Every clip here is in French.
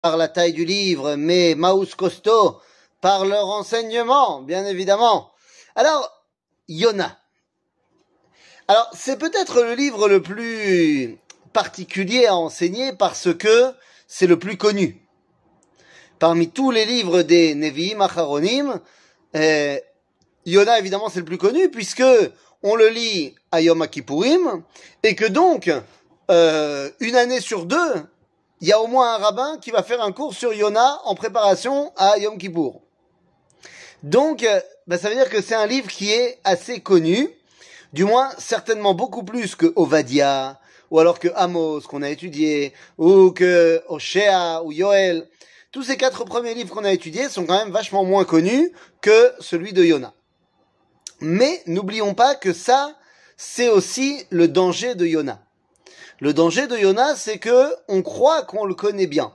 par la taille du livre, mais Maus Costaud par leur enseignement, bien évidemment. Alors, Yona. Alors, c'est peut-être le livre le plus particulier à enseigner parce que c'est le plus connu. Parmi tous les livres des Nevi'im Acharonim, Yona, évidemment, c'est le plus connu puisque on le lit à Yom Kippourim et que donc, une année sur deux, il y a au moins un rabbin qui va faire un cours sur Yona en préparation à Yom Kippour. Donc, ça veut dire que c'est un livre qui est assez connu, du moins certainement beaucoup plus que Ovadia, ou alors que Amos qu'on a étudié, ou que Oshéa ou Yoël. Tous ces 4 premiers livres qu'on a étudiés sont quand même vachement moins connus que celui de Yona. Mais n'oublions pas que ça, c'est aussi le danger de Yona. Le danger de Yona, c'est que on croit qu'on le connaît bien.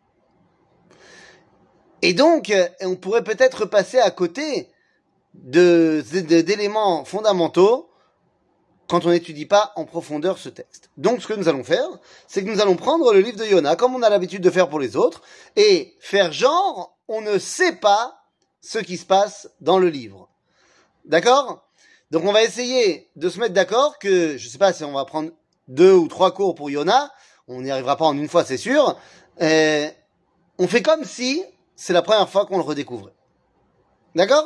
Et donc, on pourrait peut-être passer à côté d'éléments fondamentaux quand on n'étudie pas en profondeur ce texte. Donc, ce que nous allons faire, c'est que nous allons prendre le livre de Yona, comme on a l'habitude de faire pour les autres, et faire genre, on ne sait pas ce qui se passe dans le livre. D'accord ? Donc, on va essayer de se mettre d'accord que, je sais pas si on va prendre 2 ou 3 cours pour Yona, on n'y arrivera pas en une fois, c'est sûr. On fait comme si c'est la première fois qu'on le redécouvrait. D'accord ?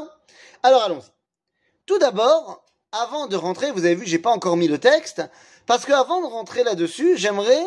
Alors allons-y. Tout d'abord, avant de rentrer, vous avez vu, j'ai pas encore mis le texte, parce que avant de rentrer là-dessus, j'aimerais,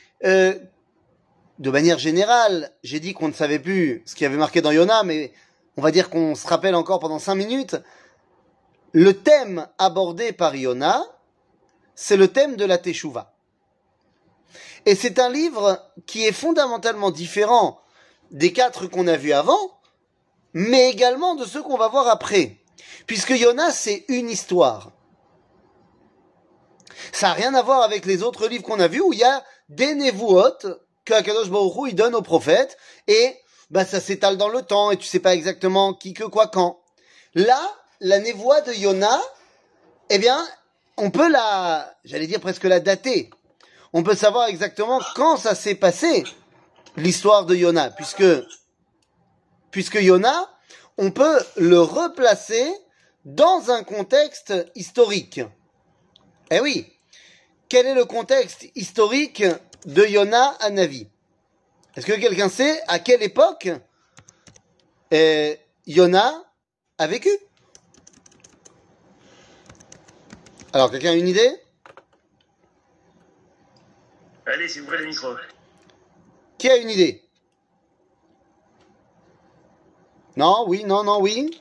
de manière générale, j'ai dit qu'on ne savait plus ce qu'il y avait marqué dans Yona, mais on va dire qu'on se rappelle encore pendant 5 minutes. Le thème abordé par Yona, c'est le thème de la Teshuvah. Et c'est un livre qui est fondamentalement différent des 4 qu'on a vus avant, mais également de ceux qu'on va voir après. Puisque Yona, c'est une histoire. Ça n'a rien à voir avec les autres livres qu'on a vus où il y a des nevuot que Akadosh Baruch Hu il donne aux prophètes et ça s'étale dans le temps et tu sais pas exactement qui, que, quoi, quand. Là, la névoie de Yona, on peut j'allais dire presque la dater. On peut savoir exactement quand ça s'est passé, l'histoire de Yona, puisque Yona, on peut le replacer dans un contexte historique. Eh oui, quel est le contexte historique de Yona Hanavi? Est-ce que quelqu'un sait à quelle époque Yona a vécu? Alors, quelqu'un a une idée? Allez, s'il vous plaît, le micro. Qui a une idée? Non, oui, non, non, oui.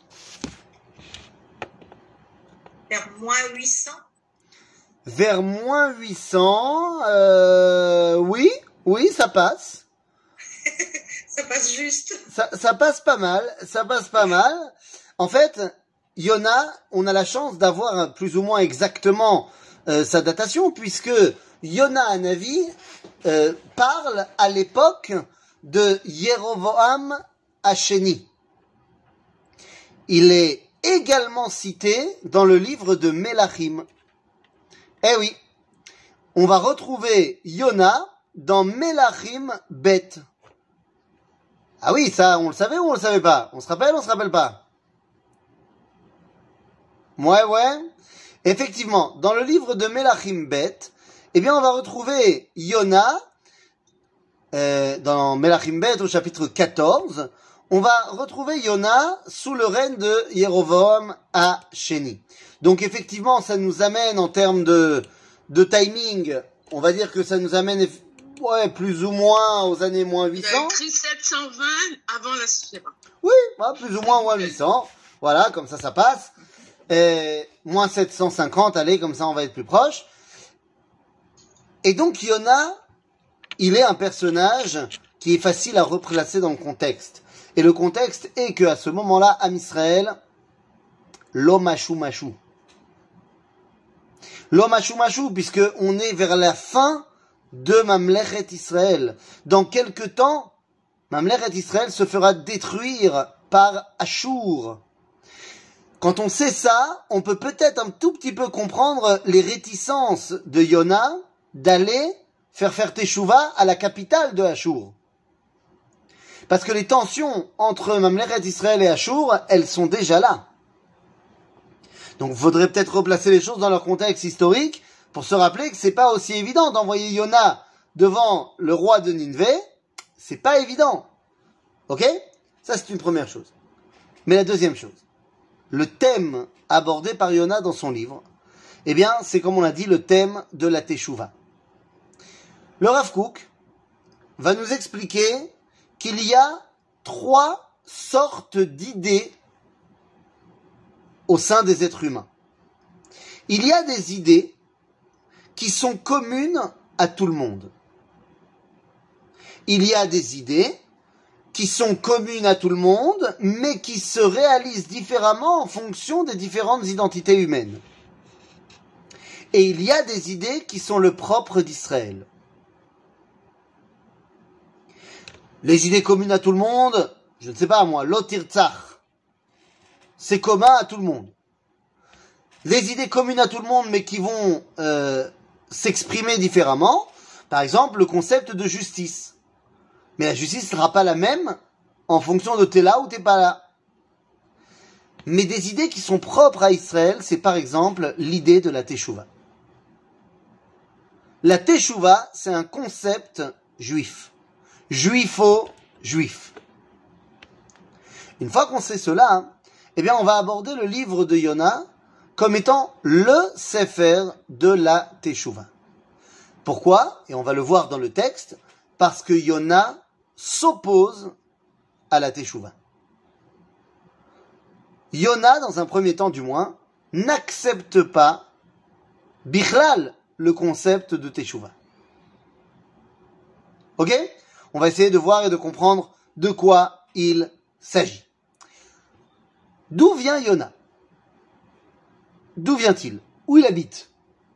Vers moins 800. Vers moins 800, oui, ça passe. Ça passe juste. Ça passe pas mal, ça passe pas mal. En fait, Yona, on a la chance d'avoir plus ou moins exactement sa datation, puisque Yona Hanavi parle à l'époque de Yerovoam Hasheni. Il est également cité dans le livre de Melachim. Eh oui, on va retrouver Yona dans Melachim Bet. Ah oui, ça, on le savait ou on le savait pas? On se rappelle pas? Ouais. Effectivement, dans le livre de Melachim Bet, on va retrouver Yona, dans Melachim Bet au chapitre 14, on va retrouver Yona sous le règne de Yerovoam Hasheni. Donc effectivement, ça nous amène en termes de timing, on va dire que ça nous amène plus ou moins aux années moins 800. Il a écrit 720 avant la Shlema. Oui, plus ou moins 800. Voilà, comme ça passe. Moins 750, allez, comme ça on va être plus proche. Et donc Yona, il est un personnage qui est facile à replacer dans le contexte. Et le contexte est que à ce moment-là, Am Israël, lo mashu mashu. Lo mashu mashu, puisque on est vers la fin de Mamlechet Israël. Dans quelque temps, Mamlechet Israël se fera détruire par Ashur. Quand on sait ça, on peut peut-être un tout petit peu comprendre les réticences de Yona d'aller faire Teshuvah à la capitale de Ashur. Parce que les tensions entre Mamlechet Israël et Achour, elles sont déjà là. Donc il faudrait peut-être replacer les choses dans leur contexte historique pour se rappeler que c'est pas aussi évident d'envoyer Yona devant le roi de Nineveh. C'est pas évident. Ok? Ça c'est une première chose. Mais la deuxième chose, le thème abordé par Yona dans son livre, eh bien c'est comme on l'a dit le thème de la Teshuvah. Le Rav Kook va nous expliquer qu'il y a 3 sortes d'idées au sein des êtres humains. Il y a des idées qui sont communes à tout le monde. Il y a des idées qui sont communes à tout le monde, mais qui se réalisent différemment en fonction des différentes identités humaines. Et il y a des idées qui sont le propre d'Israël. Les idées communes à tout le monde, je ne sais pas moi, l'otirtzach, c'est commun à tout le monde. Les idées communes à tout le monde, mais qui vont s'exprimer différemment, par exemple le concept de justice. Mais la justice ne sera pas la même en fonction de t'es là ou t'es pas là. Mais des idées qui sont propres à Israël, c'est par exemple l'idée de la Teshuvah. La Teshuvah, c'est un concept juif. Juifo-juif. Une fois qu'on sait cela, eh bien on va aborder le livre de Yona comme étant le Sefer de la Teshuvah. Pourquoi? Et on va le voir dans le texte, parce que Yona s'oppose à la Teshuvah. Yona, dans un premier temps du moins, n'accepte pas bichlal le concept de Teshuvah. Ok? On va essayer de voir et de comprendre de quoi il s'agit. D'où vient Yona? D'où vient-il? Où il habite?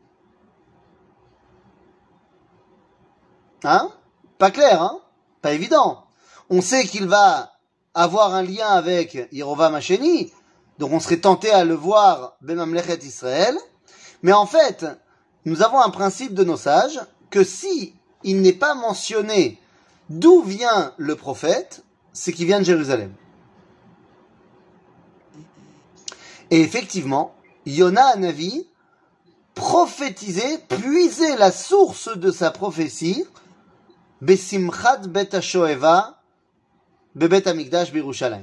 Hein? Pas clair, hein? Pas évident. On sait qu'il va avoir un lien avec Yerovam Hasheni, donc on serait tenté à le voir Bemamlechet Israël, mais en fait, nous avons un principe de nos sages, que si il n'est pas mentionné d'où vient le prophète, c'est qu'il vient de Jérusalem. Et effectivement, Yona Hanavi prophétisait, puisait la source de sa prophétie, Besimchat Bet HaShoeva, Bebet HaMikdash Birushalayim.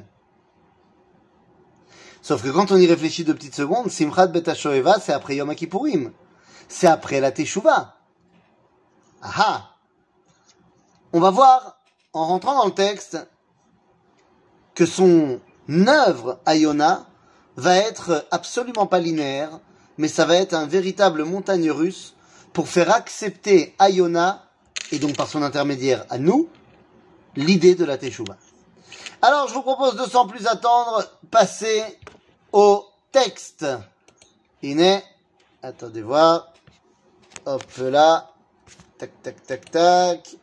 Sauf que quand on y réfléchit 2 petites secondes, Simchat Bet HaShoeva, c'est après Yom Kippourim. C'est après la Teshuvah. Aha! On va voir, en rentrant dans le texte, que son œuvre à Yona va être absolument pas linéaire, mais ça va être un véritable montagne russe pour faire accepter à Yona, et donc par son intermédiaire à nous, l'idée de la Teshuvah. Alors je vous propose de sans plus attendre, passer au texte. Iné, attendez voir, hop là, tac tac tac tac.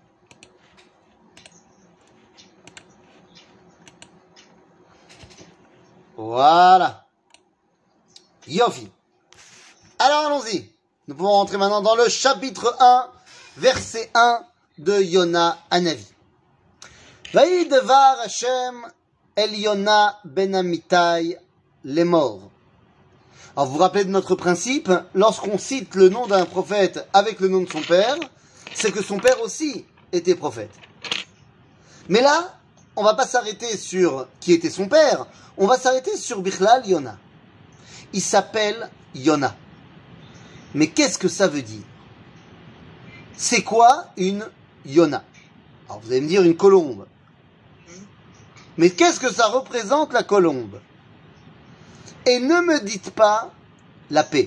Voilà. Yofi. Alors allons-y. Nous pouvons rentrer maintenant dans le chapitre 1, verset 1 de Yona Hanavi. Vaï devar Hashem el Yona ben Amittai lemor. Alors vous vous rappelez de notre principe, lorsqu'on cite le nom d'un prophète avec le nom de son père, c'est que son père aussi était prophète. Mais là, on va pas s'arrêter sur qui était son père, on va s'arrêter sur Bichlal Yona. Il s'appelle Yona. Mais qu'est-ce que ça veut dire? C'est quoi une Yona? Alors vous allez me dire une colombe. Mais qu'est-ce que ça représente la colombe? Et ne me dites pas la paix.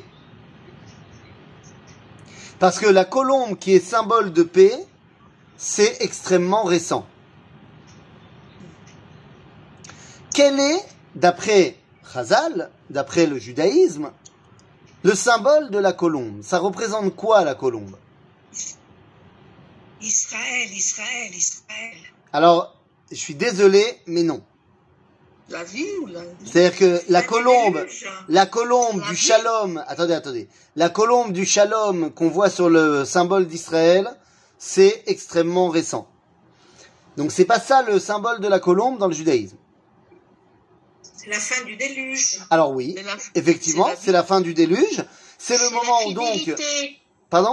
Parce que la colombe qui est symbole de paix, c'est extrêmement récent. Quel est, d'après Chazal, d'après le judaïsme, le symbole de la colombe? Ça représente quoi la colombe? Israël, Israël, Israël. Alors, je suis désolé, mais non. La vie ou la... C'est-à-dire que la colombe La du vie. shalom, attendez, la colombe du shalom qu'on voit sur le symbole d'Israël, c'est extrêmement récent. Donc c'est pas ça le symbole de la colombe dans le judaïsme. C'est la fin du déluge. Alors oui, effectivement, c'est la fin du déluge. C'est le moment où donc... Pardon ?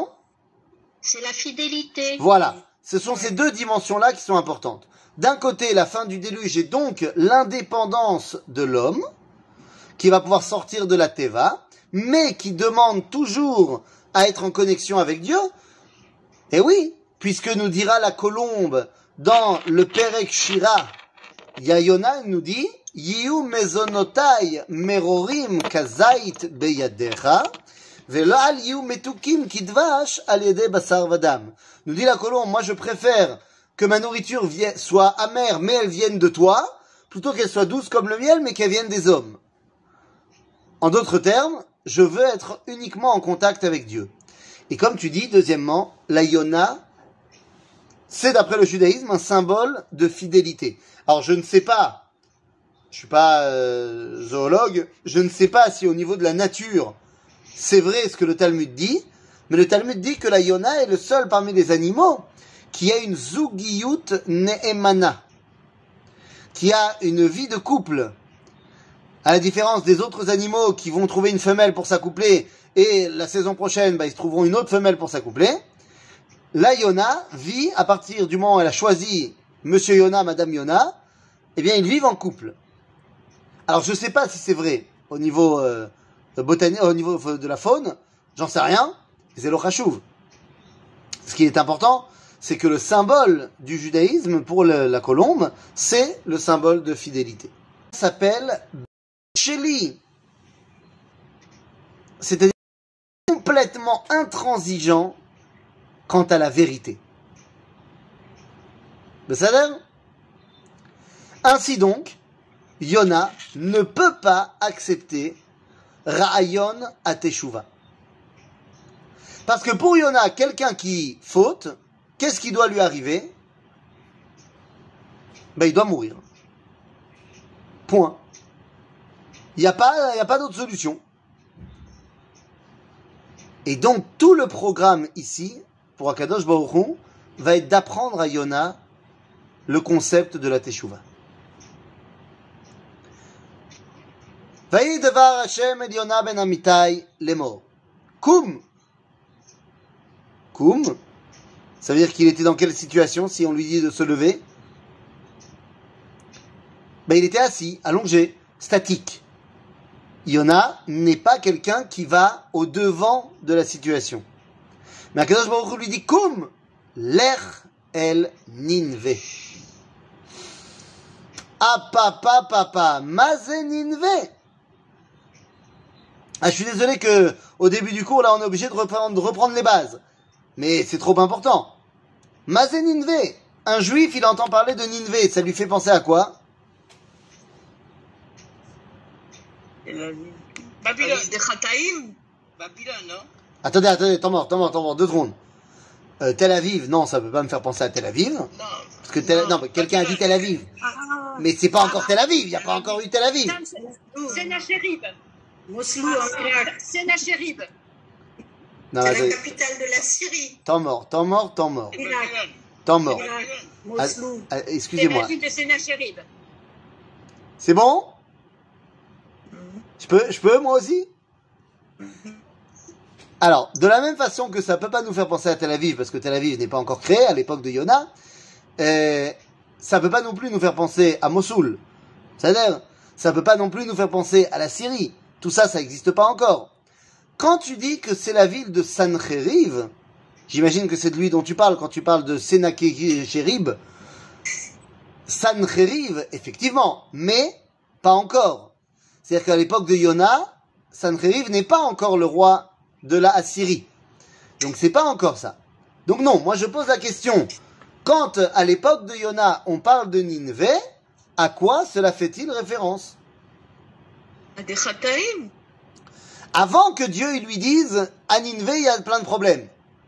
C'est la fidélité. Voilà, ce sont ces deux dimensions-là qui sont importantes. D'un côté, la fin du déluge est donc l'indépendance de l'homme, qui va pouvoir sortir de la teva, mais qui demande toujours à être en connexion avec Dieu. Et oui, puisque nous dira la colombe dans le Perek Shira, Yayona nous dit Yiu mezonotai merorim kazait beyadecha velo al yiu metukim kidvash al yede basar vadam. Nous dit la colombe, moi je préfère que ma nourriture soit amère mais elle vienne de toi, plutôt qu'elle soit douce comme le miel mais qu'elle vienne des hommes. En d'autres termes, je veux être uniquement en contact avec Dieu. Et comme tu dis, deuxièmement, la Yona, c'est d'après le judaïsme un symbole de fidélité. Alors je ne sais pas, je suis pas zoologue, je ne sais pas si au niveau de la nature, c'est vrai ce que le Talmud dit, mais le Talmud dit que la Yona est le seul parmi les animaux qui a une zugiyut ne'emana, qui a une vie de couple. À la différence des autres animaux qui vont trouver une femelle pour s'accoupler et la saison prochaine, ils se trouveront une autre femelle pour s'accoupler, la Yona vit à partir du moment où elle a choisi Monsieur Yona, Madame Yona, eh bien ils vivent en couple. Alors je sais pas si c'est vrai au niveau botanique, au niveau de la faune, j'en sais rien, c'est le chachouv. Ce qui est important, c'est que le symbole du judaïsme pour la colombe, c'est le symbole de fidélité. Ça s'appelle Sheli, c'est-à-dire complètement intransigeant quant à la vérité. Ainsi donc, Yona ne peut pas accepter Ra'ayon à Teshuva. Parce que pour Yona, quelqu'un qui faute, qu'est-ce qui doit lui arriver ? Il doit mourir. Point. Il n'y a pas d'autre solution. Et donc, tout le programme ici, pour Akadosh Baruch Hu, va être d'apprendre à Yona le concept de la Teshuva. Vayi devar Hashem el Yona ben Amitai lemor. Koum. Koum. Ça veut dire qu'il était dans quelle situation si on lui dit de se lever ? Il était assis, allongé, statique. Yona n'est pas quelqu'un qui va au devant de la situation. Mais Akadosh Baruch Hu lui dit Koum, l'er el Ninve. Ah papa, mazé Ninve. Ah, je suis désolé que au début du cours là on est obligé de reprendre les bases. Mais c'est trop important. Mazé Ninve. Un juif il entend parler de Ninve, ça lui fait penser à quoi ? Babylone. Des Khataïm. Babylone, non ? Attendez, temps mort, 2 secondes. Tel Aviv, non, ça peut pas me faire penser à Tel Aviv. Non. Parce que non, mais quelqu'un a dit Tel Aviv. Mais c'est pas encore Tel Aviv, il n'y a pas encore eu Tel Aviv. Sennacherib. Moslou en Irak. Sennacherib. Non, c'est la capitale de la Syrie. Temps mort. Irak. Temps mort. Moslou. Excusez-moi. C'est la ville de Sennacherib. C'est bon ? Je peux, moi aussi ? Alors, de la même façon que ça peut pas nous faire penser à Tel Aviv, parce que Tel Aviv n'est pas encore créé à l'époque de Yona, ça peut pas non plus nous faire penser à Mossoul. C'est-à-dire, ça peut pas non plus nous faire penser à la Syrie. Tout ça, ça n'existe pas encore. Quand tu dis que c'est la ville de Sancheriv, j'imagine que c'est de lui dont tu parles quand tu parles de Sennacherib. Sancheriv, effectivement, mais pas encore. C'est-à-dire qu'à l'époque de Yona, Sancheriv n'est pas encore le roi de la Assyrie. Donc c'est pas encore ça. Donc non, moi je pose la question. Quand à l'époque de Yona, on parle de Ninvé, à quoi cela fait-il référence ? À des Khataïm. Avant que Dieu il lui dise, à Ninvé il y a plein de problèmes.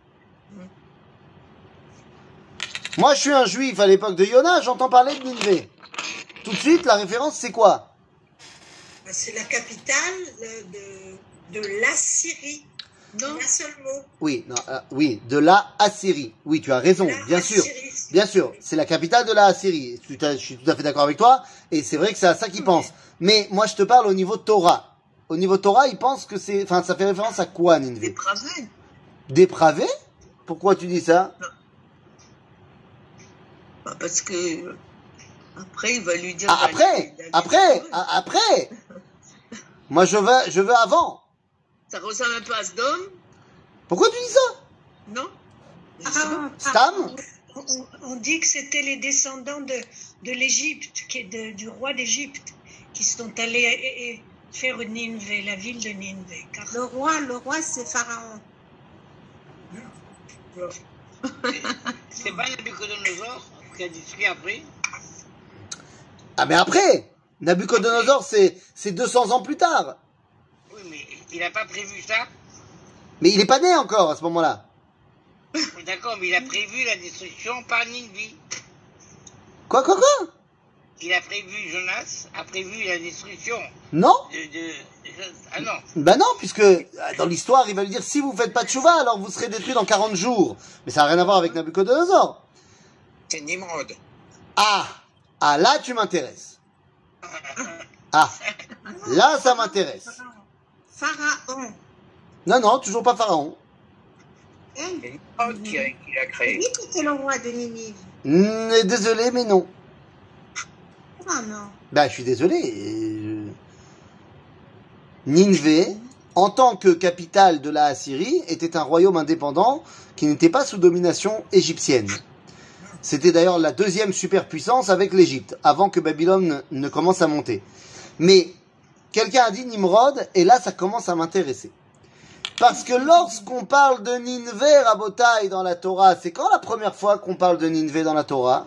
Moi je suis un juif à l'époque de Yona, j'entends parler de Ninvé. Tout de suite, la référence c'est quoi ? C'est la capitale de l'Assyrie. Non. Un seul mot. Oui, non, oui, de la Assyrie. Oui, tu as raison, bien sûr. Bien sûr, c'est la capitale de la Assyrie. Je suis tout à fait d'accord avec toi, et c'est vrai que c'est à ça qu'ils pensent. Mais moi, je te parle au niveau Torah. Au niveau Torah, ils pensent que c'est... Enfin, ça fait référence à quoi, Nineveh? Dépravé. Dépravé? Pourquoi tu dis ça? Bah, parce que après, il va lui dire. Ah, après. Moi, je veux avant. Ça ressemble un peu à Sodome, Pourquoi tu dis ça? non? Stam? On dit que c'était les descendants de l'Égypte, du roi d'Égypte, qui sont allés faire Nineveh, la ville de Nineveh. Car Le roi, c'est Pharaon. C'est pas Nabucodonosor qui a détruit après? Ah, mais après! Nabucodonosor, c'est 200 ans plus tard. Oui, mais il n'a pas prévu ça. Mais il est pas né encore à ce moment-là. Oui, d'accord, mais il a prévu la destruction par Nineveh. Quoi? Il a prévu, Jonas a prévu la destruction Non? Ah non. Bah non, puisque dans l'histoire, il va lui dire si vous faites pas de chouva, alors vous serez détruit dans 40 jours. Mais ça n'a rien à voir avec Nabucodonosor. C'est Nimrod. Ah, là tu m'intéresses. Ah, là ça m'intéresse. Pharaon. Non, toujours pas Pharaon. C'est Nimrod qui l'a créé. Lui qui était le roi de Ninive. Désolé, mais non. Ah non. Bah, je suis désolé. Nineveh, en tant que capitale de la Assyrie, était un royaume indépendant qui n'était pas sous domination égyptienne. C'était d'ailleurs la deuxième superpuissance avec l'Égypte, avant que Babylone ne commence à monter. Mais quelqu'un a dit Nimrod, et là ça commence à m'intéresser. Parce que lorsqu'on parle de Nineveh, Rabotai, dans la Torah, c'est quand la première fois qu'on parle de Nineveh dans la Torah?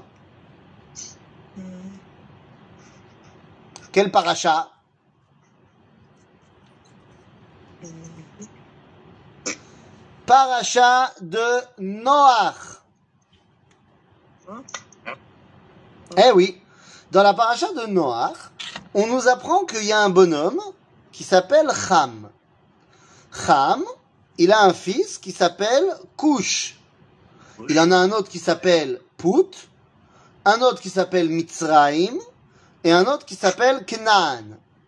Quel paracha? Paracha de Noach. Eh oui, dans la paracha de Noach, on nous apprend qu'il y a un bonhomme qui s'appelle Ham. Ham, il a un fils qui s'appelle Cush. Il en a un autre qui s'appelle Put, un autre qui s'appelle Mitzraïm, et un autre qui s'appelle Canaan.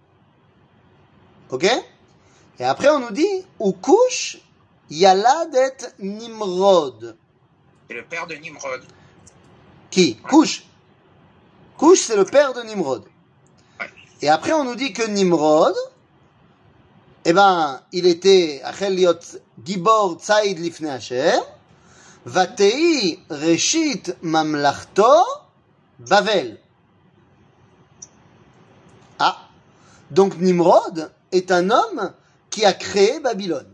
Ok? Et après on nous dit, ou Cush, Yalad et Nimrod. C'est le père de Nimrod. Qui? Cush. Cush, c'est le père de Nimrod. Et après on nous dit que Nimrod, eh ben, il était Achel liot Gibor Tzaid Lifnei Hashem, Vatei Reshit Mamlachto Bavel. Ah, donc Nimrod est un homme qui a créé Babylone.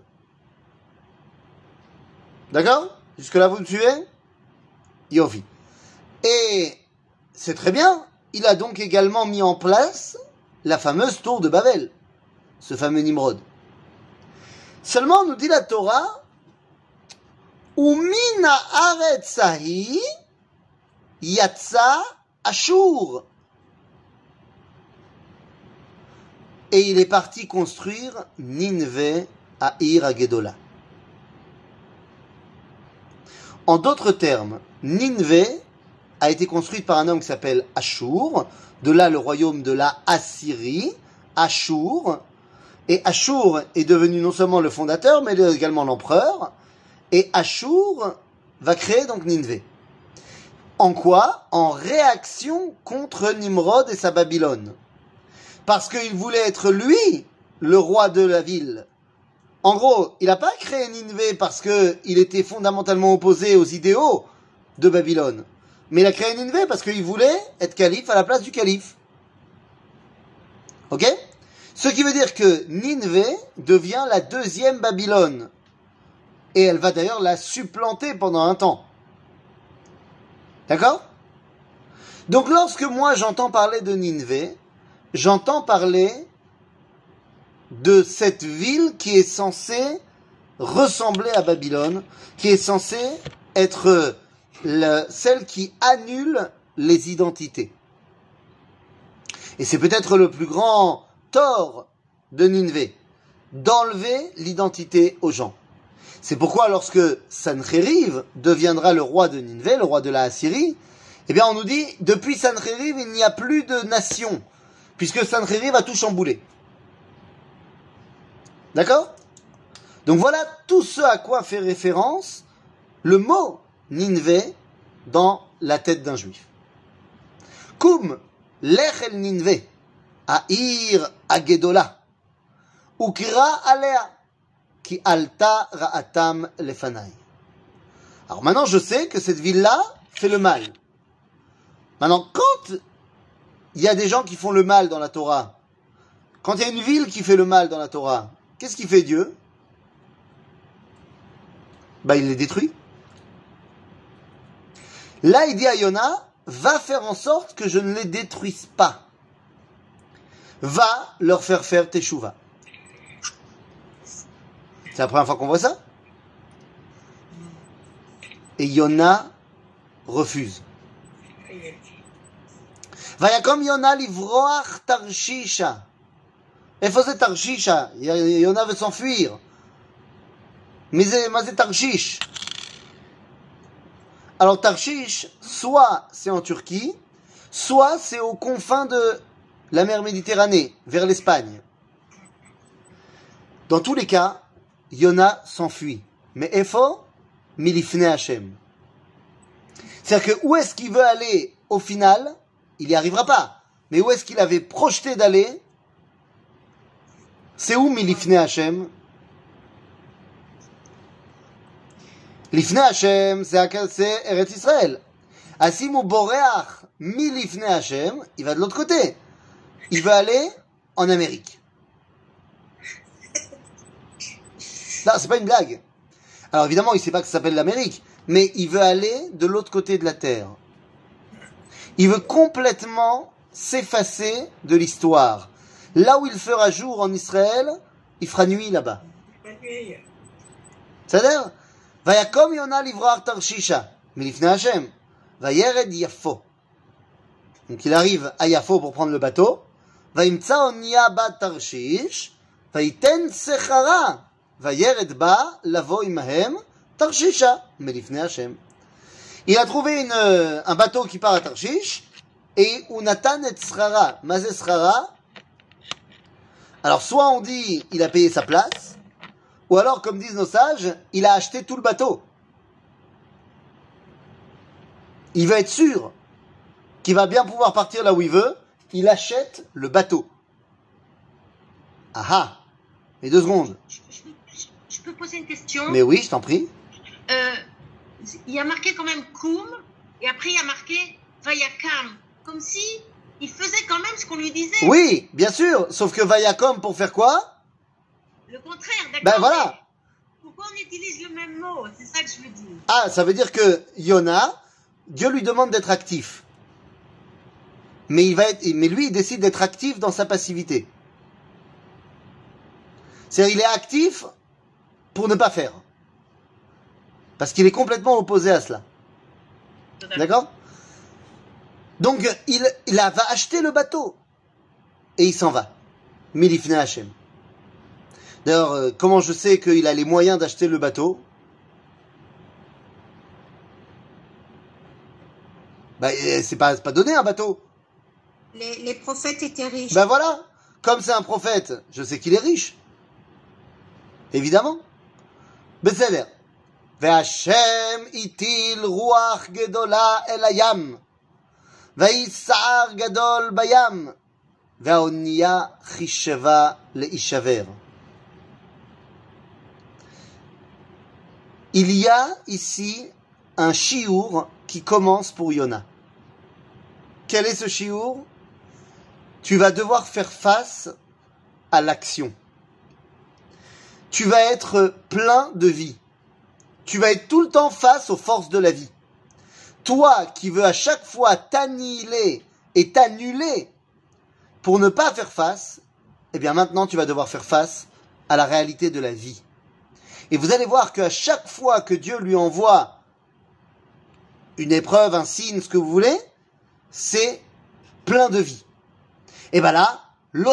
D'accord? Jusque-là, vous me suivez? Yofi. Et c'est très bien, il a donc également mis en place la fameuse tour de Babel, ce fameux Nimrod. Seulement, nous dit la Torah, Umina aretzahi yatsa Ashur. Et il est parti construire Nineveh à Ir Hagedola. En d'autres termes, Nineveh a été construite par un homme qui s'appelle Ashur, de là le royaume de la Assyrie, Ashur, et Ashur est devenu non seulement le fondateur, mais également l'empereur, et Ashur va créer donc Nineveh. En quoi? En réaction contre Nimrod et sa Babylone. Parce qu'il voulait être lui, le roi de la ville. En gros, il n'a pas créé Nineveh parce qu'il était fondamentalement opposé aux idéaux de Babylone. Mais il a créé Nineveh parce qu'il voulait être calife à la place du calife. Ok? Ce qui veut dire que Nineveh devient la deuxième Babylone. Et elle va d'ailleurs la supplanter pendant un temps. D'accord? Donc lorsque moi j'entends parler de Nineveh, j'entends parler de cette ville qui est censée ressembler à Babylone, qui est censée être celle qui annule les identités. Et c'est peut-être le plus grand tort de Nineveh, d'enlever l'identité aux gens. C'est pourquoi lorsque Sanchériv deviendra le roi de Ninvé, le roi de la Assyrie, eh bien on nous dit, depuis Sanchériv, il n'y a plus de nation, puisque Sanchériv a tout chamboulé. D'accord? Donc voilà tout ce à quoi fait référence le mot Ninvé dans la tête d'un juif. Koum, lech el Ninvé, Aïr Agedola, Ukra alea, Ki alta ra'atam lefanai. Alors maintenant je sais que cette ville-là fait le mal. Maintenant quand il y a des gens qui font le mal dans la Torah, quand il y a une ville qui fait le mal dans la Torah, qu'est-ce qu'il fait Dieu? Bah il les détruit. Là il dit à Yona, va faire en sorte que je ne les détruise pas. Va leur faire teshuva. C'est la première fois qu'on voit ça. Et Yona refuse. Vayakom Yona livroach Tarshisha. איפה זה תרשישה? יונה veut s'enfuir. Mais c'est Tarshish. Alors Tarshish, soit c'est en Turquie, soit c'est aux confins de la mer Méditerranée, vers l'Espagne. Dans tous les cas, Yona s'enfuit. Mais Efo, milifne Hashem. C'est-à-dire que où est-ce qu'il veut aller au final, il n'y arrivera pas. Mais où est-ce qu'il avait projeté d'aller? C'est où milifne Hashem? Lifne Hashem, c'est Eretz Israël. Asim ou Boreach milifne Hashem, il va de l'autre côté. Il veut aller en Amérique. Non, c'est pas une blague. Alors évidemment, il sait pas que ça s'appelle l'Amérique, mais il veut aller de l'autre côté de la terre. Il veut complètement s'effacer de l'histoire. Là où il fera jour en Israël, il fera nuit là-bas. C'est-à-dire, Vayakom Yona livroach Tarshisha, milifne Hashem, Vayered Yafo. Donc il arrive à Yafo pour prendre le bateau. Vaimtsa onia bat Tarshish, Vaiten sechara, Vayered ba lavo imahem Tarshisha, milifne Hashem. Il a trouvé un bateau qui part à Tarshish, et Unatan et Srara, Mazé Srara. Alors soit on dit il a payé sa place, ou alors comme disent nos sages, il a acheté tout le bateau. Il veut être sûr qu'il va bien pouvoir partir là où il veut, il achète le bateau. Ah ah. Mais 2 secondes. Je peux poser une question? Mais oui, je t'en prie. Il y a marqué quand même Koum, et après il y a marqué Vayakam, comme si il faisait quand même ce qu'on lui disait. Oui, bien sûr, sauf que Vayakom pour faire quoi? Le contraire, d'accord. Ben voilà. Pourquoi on utilise le même mot? C'est ça que je veux dire. Ah, ça veut dire que Yona, Dieu lui demande d'être actif. Mais lui, il décide d'être actif dans sa passivité. C'est-à-dire, il est actif pour ne pas faire. Parce qu'il est complètement opposé à cela. D'accord? Donc, il va acheter le bateau. Et il s'en va. Milifne Hashem. D'ailleurs, comment je sais qu'il a les moyens d'acheter le bateau? Bah, c'est pas donné un bateau. Les prophètes étaient riches. Ben voilà. Comme c'est un prophète, je sais qu'il est riche. Évidemment. Beseder. Ve'Hashem itil ruach gedola el hayam. Ve'isar gadol bayam. Ve'oniya chisheva leishaver. Il y a ici un shiur qui commence pour Yona. Quel est ce shiur? Tu vas devoir faire face à l'action. Tu vas être plein de vie. Tu vas être tout le temps face aux forces de la vie. Toi qui veux à chaque fois t'annihiler et t'annuler pour ne pas faire face, eh bien maintenant tu vas devoir faire face à la réalité de la vie. Et vous allez voir qu'à chaque fois que Dieu lui envoie une épreuve, un signe, ce que vous voulez, c'est plein de vie. Et bien là,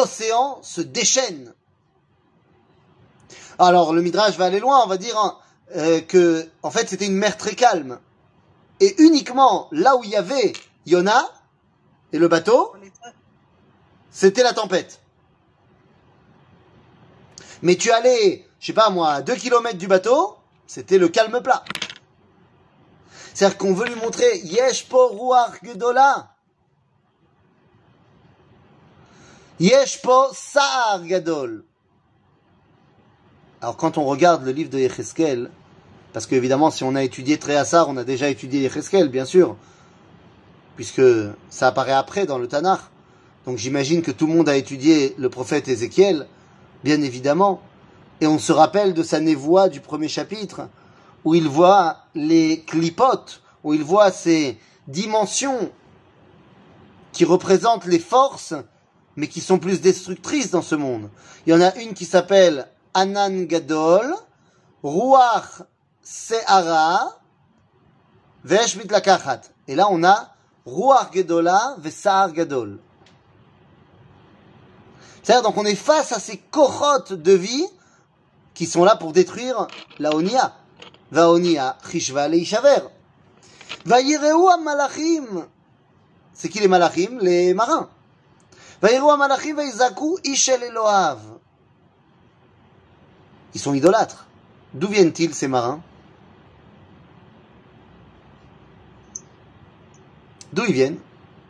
l'océan se déchaîne. Alors le Midrash va aller loin, on va dire, que, en fait, c'était une mer très calme. Et uniquement là où il y avait Yona et le bateau, c'était la tempête. Mais tu allais, je sais pas moi, à 2 kilomètres du bateau, c'était le calme plat. C'est-à-dire qu'on veut lui montrer Yesh po ruach gedola. Yesh po sa'ar gadol. Alors quand on regarde le livre de Yecheskel, parce que évidemment si on a étudié Tréhassar, on a déjà étudié Yecheskel, bien sûr, puisque ça apparaît après dans le Tanakh. Donc j'imagine que tout le monde a étudié le prophète Ézéchiel, bien évidemment, et on se rappelle de sa névoie du premier chapitre, où il voit les clipotes, où il voit ces dimensions qui représentent les forces, mais qui sont plus destructrices dans ce monde. Il y en a une qui s'appelle Anan Gadol, Ruach Se'ara, Vesh Mitlakachat. Et là on a Ruach Gedola, Vesa'ar Gadol. C'est-à-dire, donc on est face à ces cohortes de vie qui sont là pour détruire la Onia. Va Onia, Chishva le Ishaver. Va Yireu Malachim. C'est qui les Malachim? Les marins. Va Yireu Malachim va Izaku Ishel Eloav. Ils sont idolâtres. D'où viennent-ils ces marins? D'où ils viennent?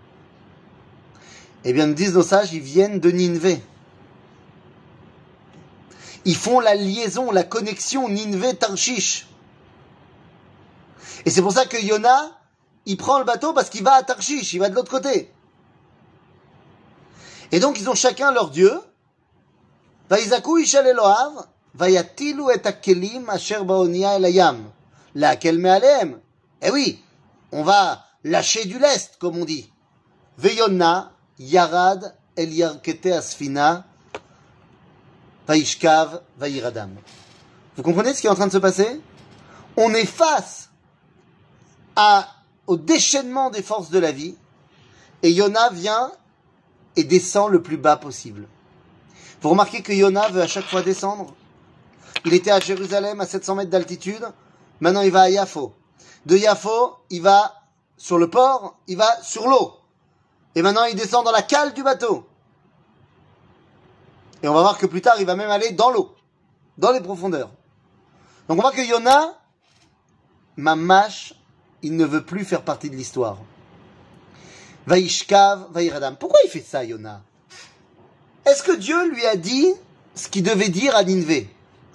Eh bien, nous disent nos sages, ils viennent de Ninvé. Ils font la liaison, la connexion Ninvé-Tarshish. Et c'est pour ça que Yona, il prend le bateau parce qu'il va à Tarshish, il va de l'autre côté. Et donc, ils ont chacun leur dieu. Vaïzaku Ishal Eloav, Vayatilu et Akelim Asher Baonia El Hayam. La Kelme Aleem. Eh oui, on va lâcher du lest, comme on dit. Veyona, Yarad El Yarkete Asfina, Vaishkav Vairadam. Vous comprenez ce qui est en train de se passer? On est face au déchaînement des forces de la vie, et Yona vient et descend le plus bas possible. Vous remarquez que Yona veut à chaque fois descendre? Il était à Jérusalem à 700 mètres d'altitude, maintenant il va à Yafo. De Yafo, il va sur le port, il va sur l'eau. Et maintenant, il descend dans la cale du bateau. Et on va voir que plus tard, il va même aller dans l'eau, dans les profondeurs. Donc on voit que Yona, Mamash, il ne veut plus faire partie de l'histoire. Vaishkav, Vairadam. Pourquoi il fait ça, Yona? Est-ce que Dieu lui a dit ce qu'il devait dire à Ninvé?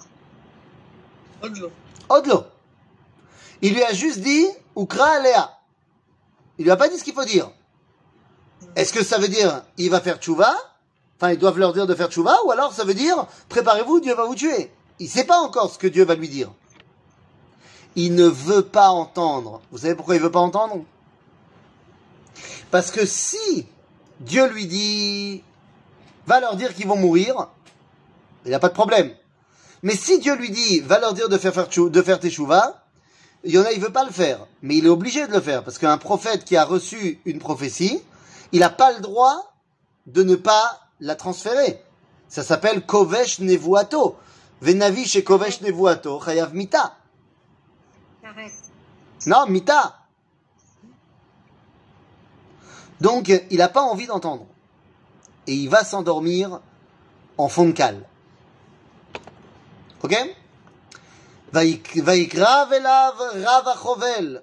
Odlo. Odlo. Il lui a juste dit, Ukra Alea. Il lui a pas dit ce qu'il faut dire. Est-ce que ça veut dire il va faire tchouva? Enfin, ils doivent leur dire de faire tchouva, ou alors ça veut dire préparez-vous, Dieu va vous tuer. Il ne sait pas encore ce que Dieu va lui dire. Il ne veut pas entendre. Vous savez pourquoi il ne veut pas entendre? Parce que si Dieu lui dit va leur dire qu'ils vont mourir, il n'y a pas de problème. Mais si Dieu lui dit va leur dire de faire teshuva, Yona il veut pas le faire, mais il est obligé de le faire parce qu'un prophète qui a reçu une prophétie, il n'a pas le droit de ne pas la transférer. Ça s'appelle kovesh nevuato. Venavi chez kovesh nevuato chayav mita. Non, mita. Donc il n'a pas envie d'entendre et il va s'endormir en fond de cale. Ok? Vaikra velav Rav Achovel.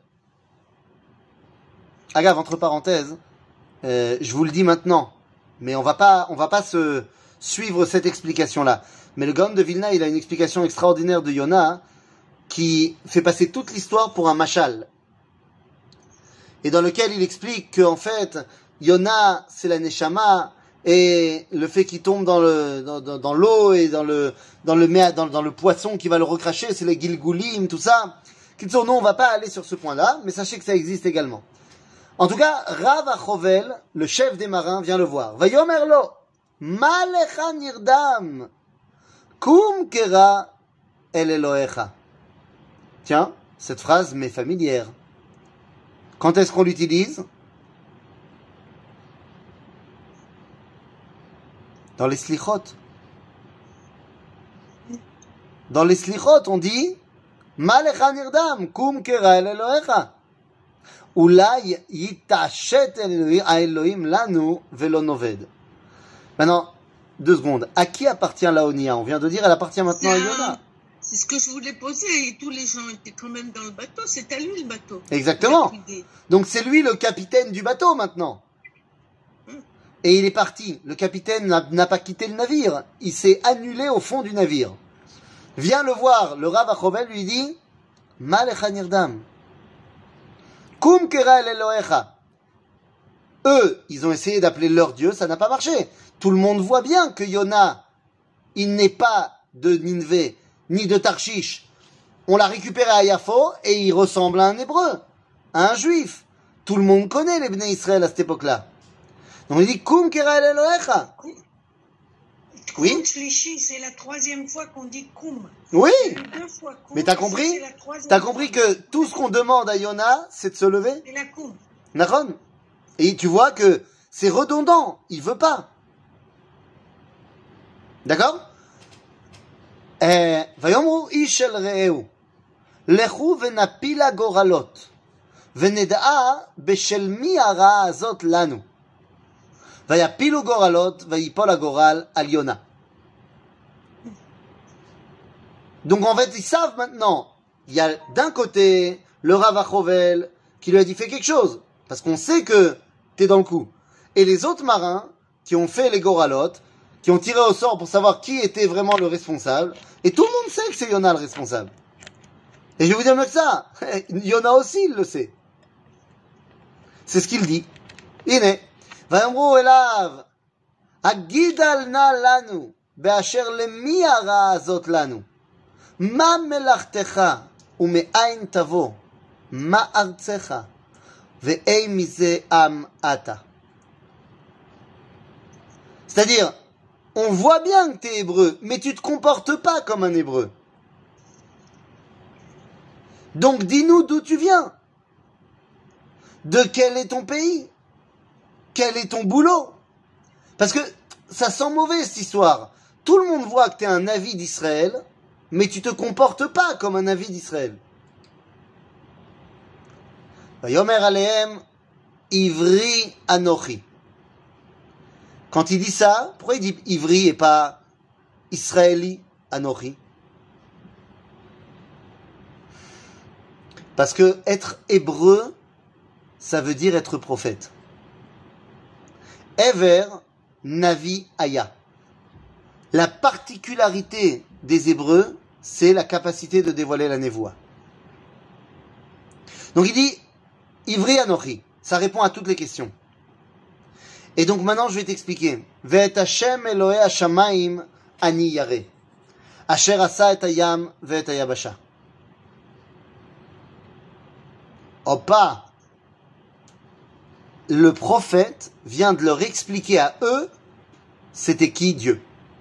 Agave, entre parenthèses, je vous le dis maintenant, mais on va pas se suivre cette explication-là. Mais le Gaon de Vilna, il a une explication extraordinaire de Yona qui fait passer toute l'histoire pour un machal. Et dans lequel il explique que, en fait, Yona, c'est la Neshama, et le fait qu'il tombe dans l'eau et dans le poisson qui va le recracher, c'est les Gilgulim, tout ça. Nous, on va pas aller sur ce point-là, mais sachez que ça existe également. En tout cas, Rav Achovel, le chef des marins, vient le voir. Vayomer lo, ma lecha nirdam, kum kera el Elohecha. Tiens, cette phrase m'est familière. Quand est-ce qu'on l'utilise? Dans les slichot. Dans les slichot, on dit Ma lecha nirdam, kum kera el Elohecha. Ulai yitashet Elohim lanu velo noved. Maintenant, 2 secondes. À qui appartient la Onia? On vient de dire, elle appartient maintenant à Yona. C'est ce que je voulais poser. Et tous les gens étaient quand même dans le bateau. C'est à lui le bateau. Exactement. Il a pris des- Donc c'est lui le capitaine du bateau maintenant. Et il est parti. Le capitaine n'a pas quitté le navire. Il s'est annulé au fond du navire. Vient le voir. Le Rav Achovel lui dit, Ma lecha nirdam. Kum kera el Elohecha. Eux, ils ont essayé d'appeler leur Dieu, ça n'a pas marché. Tout le monde voit bien que Yona, il n'est pas de Ninvé, ni de Tarshish. On l'a récupéré à Yafo et il ressemble à un hébreu, à un juif. Tout le monde connaît les Bnei Israël à cette époque-là. Donc il dit, Kum kera el Elohecha. Oui. Koum Shlishi, c'est la 3e fois qu'on dit Koum. Oui, Il y a eu 2 fois Koum. mais t'as et ça, compris? c'est la 3e T'as compris fois. que tout ce qu'on demande à Yona, c'est de se lever? C'est la Koum. Nachon. Et tu vois que c'est redondant, il veut pas. D'accord? ויאמרו איש אל רעהו, לכו ונפילה גורלות, ונדעה בשל מי הרעה הזאת לנו. ויפילו גורלות, ויפול הגורל על יונה. Donc en fait, ils savent maintenant. Il y a d'un côté le Rav Achovel qui lui a dit fais quelque chose, parce qu'on sait que t'es dans le coup. Et les autres marins qui ont fait les goralotes, qui ont tiré au sort pour savoir qui était vraiment le responsable, et tout le monde sait que c'est Yona le responsable. Et je vais vous dire mieux que ça, Yona aussi il le sait. C'est ce qu'il dit. Ine, vayamru elav, agid alna lanu, beasher lemmi hara azot lanu. מה מלאכתך ומאין תבוא, מה ארצך, ואי מזה עם אתה. C'est-à-dire, on voit bien que tu es hébreu, mais tu te comportes pas comme un hébreu. Donc dis-nous d'où tu viens. De quel est ton pays? Quel est ton boulot? Parce que ça sent mauvais cette histoire. Tout le monde voit que tu es un Navi d'Israël, mais tu te comportes pas comme un Navi d'Israël. Vayomer alehem ivri anochi. Quand il dit ça, pourquoi il dit ivri et pas israéli anochi? Parce que être hébreu, ça veut dire être prophète. Ever navi aya. La particularité des Hébreux, c'est la capacité de dévoiler la névoie. Donc il dit, Ivri Anochi, ça répond à toutes les questions. Et donc maintenant je vais t'expliquer. Ve'et Hashem Elohe Hashamayim ani yare. Asher asa et hayam ve'et hayabasha. Opa, le prophète vient de leur expliquer à eux, c'était qui Dieu.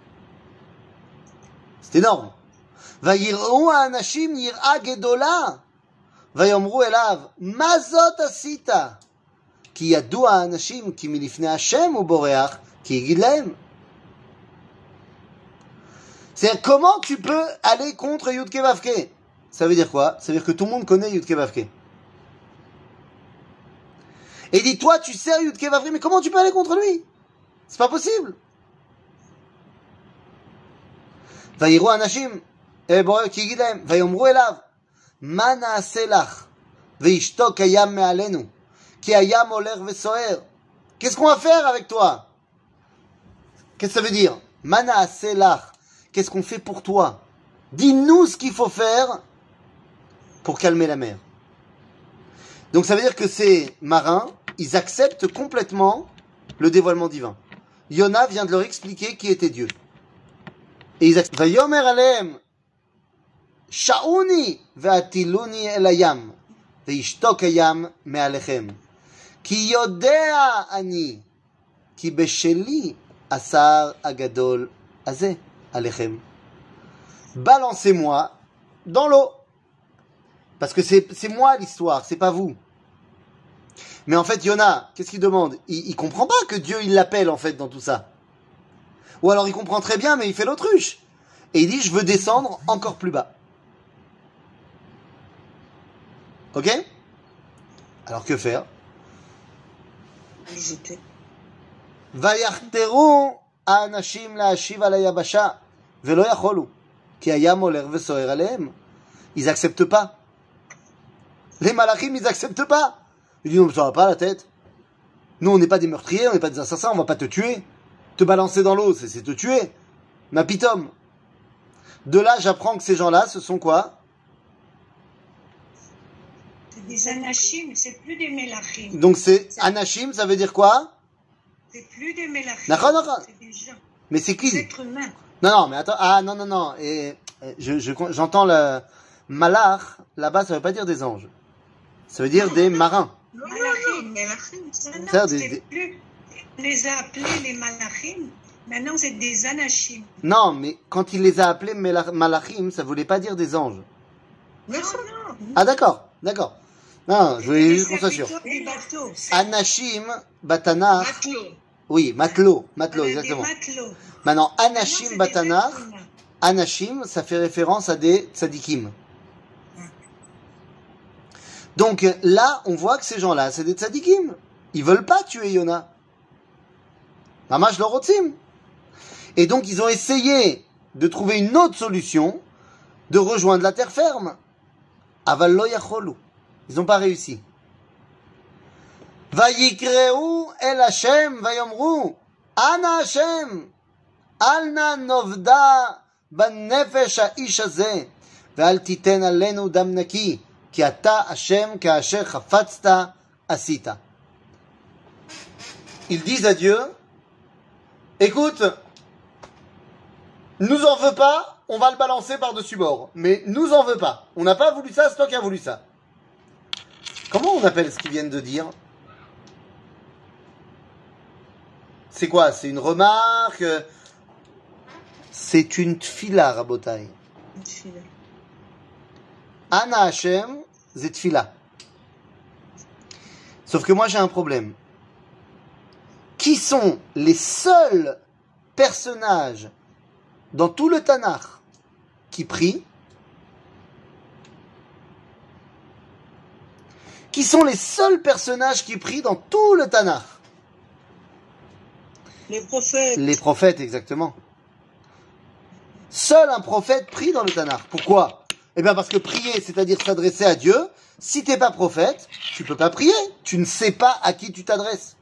C'est énorme. ויראו האנשים יראה גדולה, ויאמרו אליו, מה זאת עשית? כי ידוע האנשים כי מלפני השם הוא בורח, כי יגיד להם. C'est-à-dire, comment tu peux aller contre Yudke Vavke? Ça veut dire quoi? Ça veut dire que tout le monde connaît Yudke Vavke. Et dit, toi, tu sais Yudke Vavke, mais comment tu peux aller contre lui? C'est pas possible. ויראו אנשים, כי יגיד להם, ויאמרו אליו, מה נעשה לך, וישתוק הים מעלינו, כי הים הולך וסוער. Qu'est-ce qu'on va faire avec toi? Qu'est-ce que ça veut dire? מה נעשה לך? Qu'est-ce qu'on fait pour toi? Dis-nous ce qu'il faut faire pour calmer la mer. Donc ça veut dire que ces marins, ils acceptent complètement le dévoilement divin. Yona vient de leur expliquer qui était Dieu. Et ils acceptent. Vayomer alehem, sha'uni ve'atiluni el hayam, ve'ishtok hayam me'alechem. Ki yodea ani, ki besheli asar agadol azeh alechem. Balancez-moi dans l'eau. Parce que c'est moi l'histoire, c'est pas vous. Mais en fait, Yona, qu'est-ce qu'il demande? Il comprend pas que Dieu, il l'appelle, en fait, dans tout ça. Ou alors il comprend très bien, mais il fait l'autruche. Et il dit, je veux descendre encore plus bas. Ok? Alors que faire? Ils étaient. ויחתרו האנשים להשיב על היבשה, ולא יכולו, כי הים הולך וסוער עליהם. Ils acceptent pas. Les malachim, ils acceptent pas. Ils disent, non, ça va pas la tête. Nous, on n'est pas des meurtriers, on n'est pas des assassins, on va pas te tuer. Te balancer dans l'eau, c'est te tuer. Ma pitom. De là, j'apprends que ces gens-là, ce sont quoi? C'est des anachim, c'est plus des mélachim. Donc c'est anashim, ça veut dire quoi? C'est plus des mélachim. D'accord, d'accord. C'est des gens, Mais c'est qui? des êtres humains. Non, mais attends. Ah, non. Et j'entends le malach, là-bas, ça veut pas dire des anges. Ça veut dire des marins. Non, Malachim. mais la fille, Non, non, Ça, c'est des- plus. On les a appelés les malachim. Maintenant, c'est des anachim. Non, mais quand il les a appelés malachim, ça voulait pas dire des anges. mais Non, ça, non. Ah, d'accord. Non, je voulais Les juste qu'on soit sûr. serviteurs du bateau. Anashim, Batanach. matelot. Oui, matelot, Voilà, exactement. Des matelots. Maintenant, Maintenant, Anashim, c'est Batanach. des êtres humains. Anashim, ça fait référence à des tzadikim. Donc là, on voit que ces gens-là, c'est des tzadikim. Ils veulent pas tuer Yona. Mamash lo rotzim. Et donc, ils ont essayé de trouver une autre solution, de rejoindre la terre ferme. Aval lo yacholu. Ils n'ont pas réussi. Vayikreu el Hashem, vayomru, Ana Hashem, alna novda bannefesh ha'ish hazeh, ve'al titen alenu dam naki, ki ata Hashem ka'asher chafatzta asita. Ils disent à Dieu, écoute, nous en veux pas, on va le balancer par-dessus bord. Mais nous en veux pas. On n'a pas voulu ça, c'est toi qui as voulu ça. Comment on appelle ce qu'ils viennent de dire? C'est quoi? C'est une remarque? C'est une tfila, Rabotai. Une fille. Ana Hashem, c'est tfila. Sauf que moi j'ai un problème. Qui sont les seuls personnages dans tout le Tanakh qui prient? Qui sont les seuls personnages qui prient dans tout le Tanakh? Les prophètes. Les prophètes, exactement. Seul un prophète prie dans le Tanakh. Pourquoi? Eh bien parce que prier, c'est-à-dire s'adresser à Dieu, si t'es pas prophète, tu peux pas prier. Tu ne sais pas à qui tu t'adresses.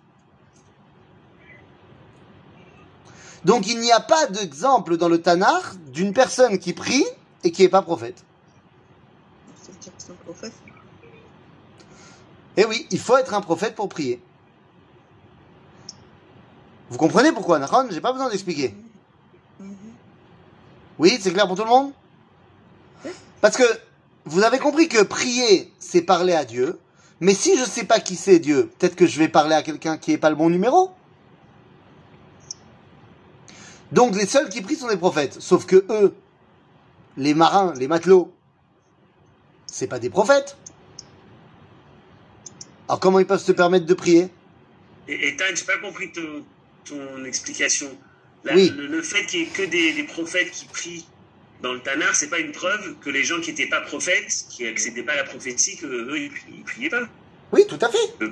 Donc il n'y a pas d'exemple dans le Tanakh d'une personne qui prie et qui n'est pas prophète. C'est-à-dire que c'est un prophète. Eh oui, il faut être un prophète pour prier. Vous comprenez pourquoi, Nachon? J'ai pas besoin d'expliquer. Oui, c'est clair pour tout le monde? Parce que vous avez compris que prier, c'est parler à Dieu. Mais si je sais pas qui c'est Dieu, peut-être que je vais parler à quelqu'un qui est pas le bon numéro. Donc les seuls qui prient sont des prophètes. Sauf que eux, les marins, les matelots, c'est pas des prophètes. Alors comment ils peuvent se permettre de prier? Et Tan, j'ai pas compris ton explication. Là, Oui. Le fait qu'il y ait que des prophètes qui prient dans le Tanakh, c'est pas une preuve que les gens qui n'étaient pas prophètes, qui n'accédaient pas à la prophétie, que eux ils priaient pas. Oui, tout à fait.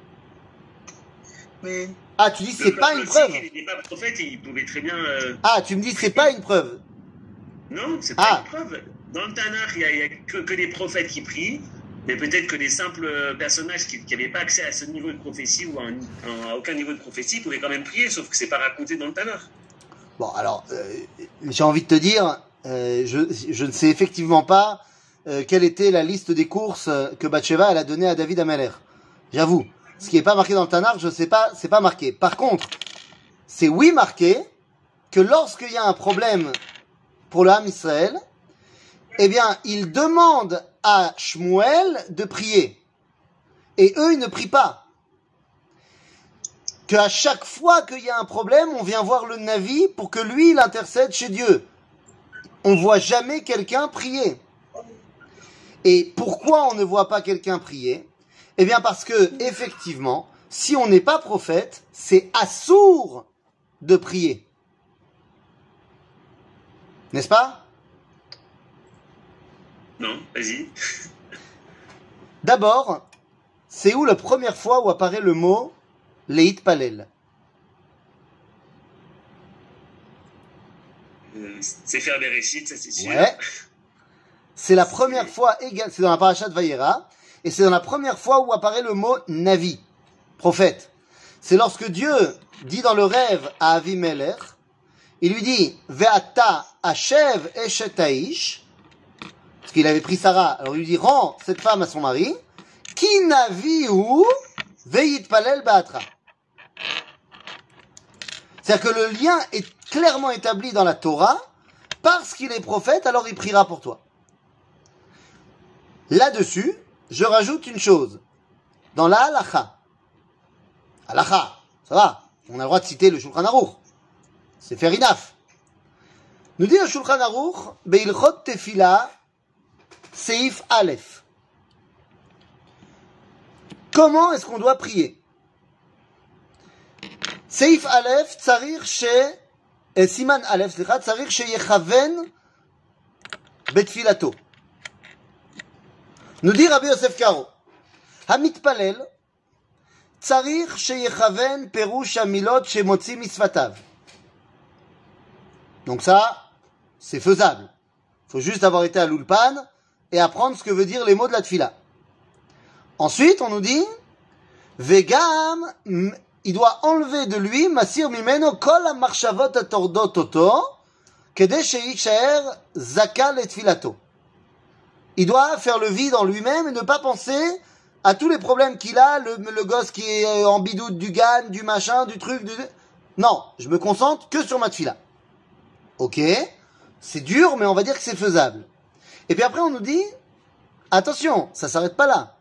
Mais Ah, tu dis c'est Le pas peuple une aussi, preuve. il n'était pas prophète, et il pouvait très bien. Ah, tu me dis c'est pas une preuve. Non, c'est pas Ah. une preuve. Dans le Tanakh, il y a que des prophètes qui prient, mais peut-être que des simples personnages qui n'avaient pas accès à ce niveau de prophétie ou à aucun niveau de prophétie pouvaient quand même prier, sauf que c'est pas raconté dans le Tanakh. Bon, alors, j'ai envie de te dire, je ne sais effectivement pas quelle était la liste des courses que Bathsheba elle a donnée à David Ameler. J'avoue, ce qui n'est pas marqué dans le Tanakh, je sais pas, c'est pas marqué. Par contre, c'est oui marqué que lorsqu'il y a un problème pour le Ham Israël, eh bien, il demande à Shmuel de prier. Et eux, ils ne prient pas. Qu'à chaque fois qu'il y a un problème, on vient voir le Navi pour que lui, il intercède chez Dieu. On voit jamais quelqu'un prier. Et pourquoi on ne voit pas quelqu'un prier? Eh bien parce que, effectivement, si on n'est pas prophète, c'est assourd de prier. N'est-ce pas? Non, vas-y. D'abord, c'est où la première fois où apparaît le mot Leit Palel? C'est faire des récits, ça c'est sûr. Ouais. C'est la première fois, c'est dans la paracha de Vayera, et c'est dans la première fois où apparaît le mot Navi, prophète. C'est lorsque Dieu dit dans le rêve à Avimelech, il lui dit Ve'ata Ashev Eshet Aish, parce qu'il avait pris Sarah, alors il lui dit rends cette femme à son mari, Ki Navihu Ve'yitpalel Ba'atra. C'est-à-dire que le lien est clairement établi dans la Torah, parce qu'il est prophète, alors il priera pour toi. Là-dessus, je rajoute une chose. Dans la halacha, ça va, on a le droit de citer le Shulchan Aruch. C'est fair enough. Nous dit le Shulchan Aruch, Be'ilchot Tefila, Seif Aleph. Comment est-ce qu'on doit prier? Seif Aleph, Tsarir she, Siman Aleph, Tsarir she Yechaven Betfilato. Nous dit Rabbi Yosef Karo, Hamitpalel, Tsarir sheyechaven perush hamilot shemotzi misvatav. Donc ça, c'est faisable. Faut juste avoir été à l'ulpan et apprendre ce que veut dire les mots de la tfila. Ensuite, on nous dit, Vegam, il doit enlever de lui, Masir mimeno kol ha-marchavot ha-tordot oto, kedei sheyikshaer zakal et tfilato. Il doit faire le vide en lui-même et ne pas penser à tous les problèmes qu'il a, le gosse qui est en bidoute du gan, du machin, du truc, Non, je me concentre que sur ma tfila. Ok, c'est dur, mais on va dire que c'est faisable. Et puis après, on nous dit, attention, ça s'arrête pas là.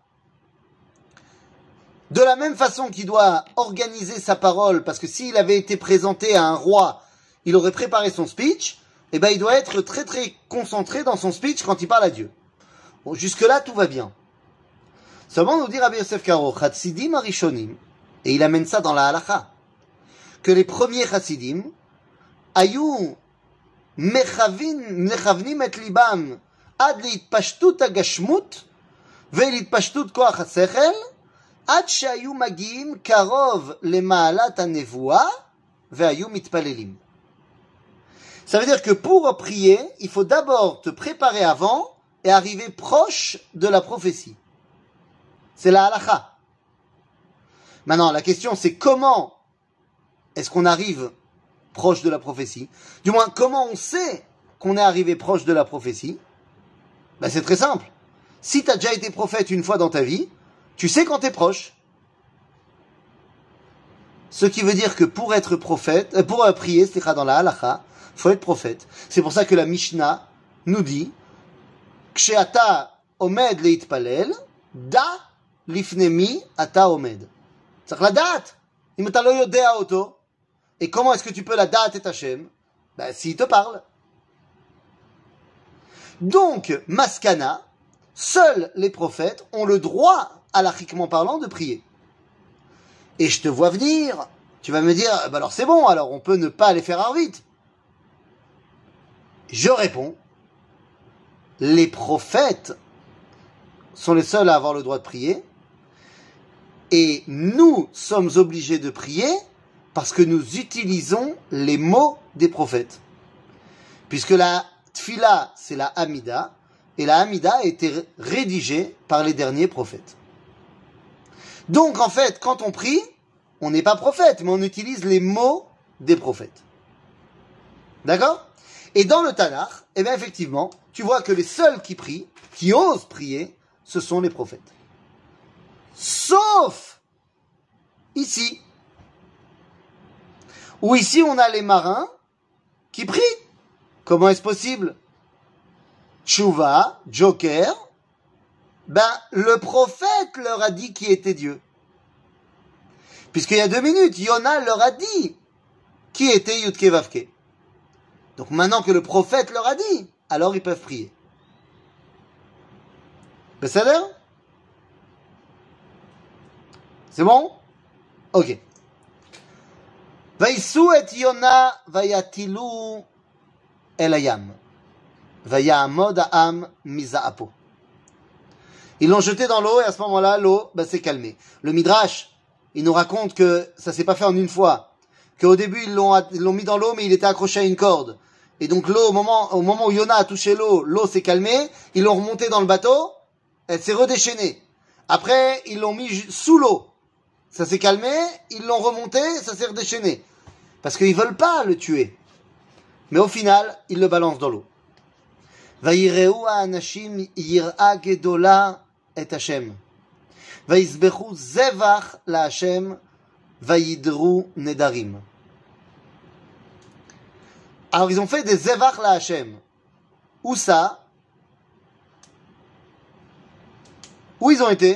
De la même façon qu'il doit organiser sa parole, parce que s'il avait été présenté à un roi, il aurait préparé son speech, et ben il doit être très très concentré dans son speech quand il parle à Dieu. Bon, jusque-là, tout va bien. Seulement, nous dit Rabbi Yosef Karo, Chassidim Arishonim, et il amène ça dans la halacha, que les premiers Chassidim, ayou mechavnim et libam ad להתפשטות הגשמות ולהתפשטות כוח השכל, עד שהיו מגיעים קרוב למעלת הנבואה והיו מתפללים. Ça veut dire que pour prier, il faut d'abord te préparer avant et arriver proche de la prophétie. C'est la halakha. Maintenant, la question c'est comment est-ce qu'on arrive proche de la prophétie? Du moins, comment on sait qu'on est arrivé proche de la prophétie? Ben, c'est très simple. Si tu as déjà été prophète une fois dans ta vie, tu sais quand tu es proche. Ce qui veut dire que pour être prophète, pour prier, c'est dans la halakha, faut être prophète. C'est pour ça que la Mishnah nous dit Ksheata omed leitpalel, da lifnemi ata omed. C'est-à-dire la date. Im ta lo yodea oto. Et comment est-ce que tu peux la date et Hashem? Ben, s'il te parle. Donc, maskana, seuls les prophètes ont le droit, halachiquement parlant, de prier. Et je te vois venir, tu vas me dire, ben alors c'est bon, alors on peut ne pas les faire arvit. Je réponds, les prophètes sont les seuls à avoir le droit de prier, et nous sommes obligés de prier parce que nous utilisons les mots des prophètes. Puisque la tfila, c'est la Hamida, et la Hamida a été rédigée par les derniers prophètes. Donc en fait, quand on prie, on n'est pas prophète, mais on utilise les mots des prophètes. D'accord? Et dans le Tanakh, eh bien effectivement, tu vois que les seuls qui prient, qui osent prier, ce sont les prophètes. Sauf ici, où ici on a les marins qui prient. Comment est-ce possible? Tchouva, Joker, ben le prophète leur a dit qui était Dieu. Puisqu'il y a 2 minutes, Yona leur a dit qui était Yudke Vavke. Donc maintenant que le prophète leur a dit, alors ils peuvent prier. Besséder? C'est bon? Ok. Vaïsou et Yona vayatilu el hayam. Vayamod ha'am miza'apo. Ils l'ont jeté dans l'eau et à ce moment-là, l'eau s'est calmée. Le Midrash, il nous raconte que ça s'est pas fait en une fois. Qu'au début, ils l'ont mis dans l'eau, mais il était accroché à une corde. Et donc l'eau, au moment où Yona a touché l'eau s'est calmée. Ils l'ont remonté dans le bateau, elle s'est redéchaînée. Après, ils l'ont mis sous l'eau. Ça s'est calmé, ils l'ont remonté, ça s'est redéchaîné. Parce qu'ils veulent pas le tuer. Mais au final, ils le balancent dans l'eau. Vayireu ha'anashim yir'a gedola et Hashem. Vayizbechu zevach la Hashem. Vayidru nedarim. Alors ils ont fait des zevach la Hashem. Où ça? Où ils ont été?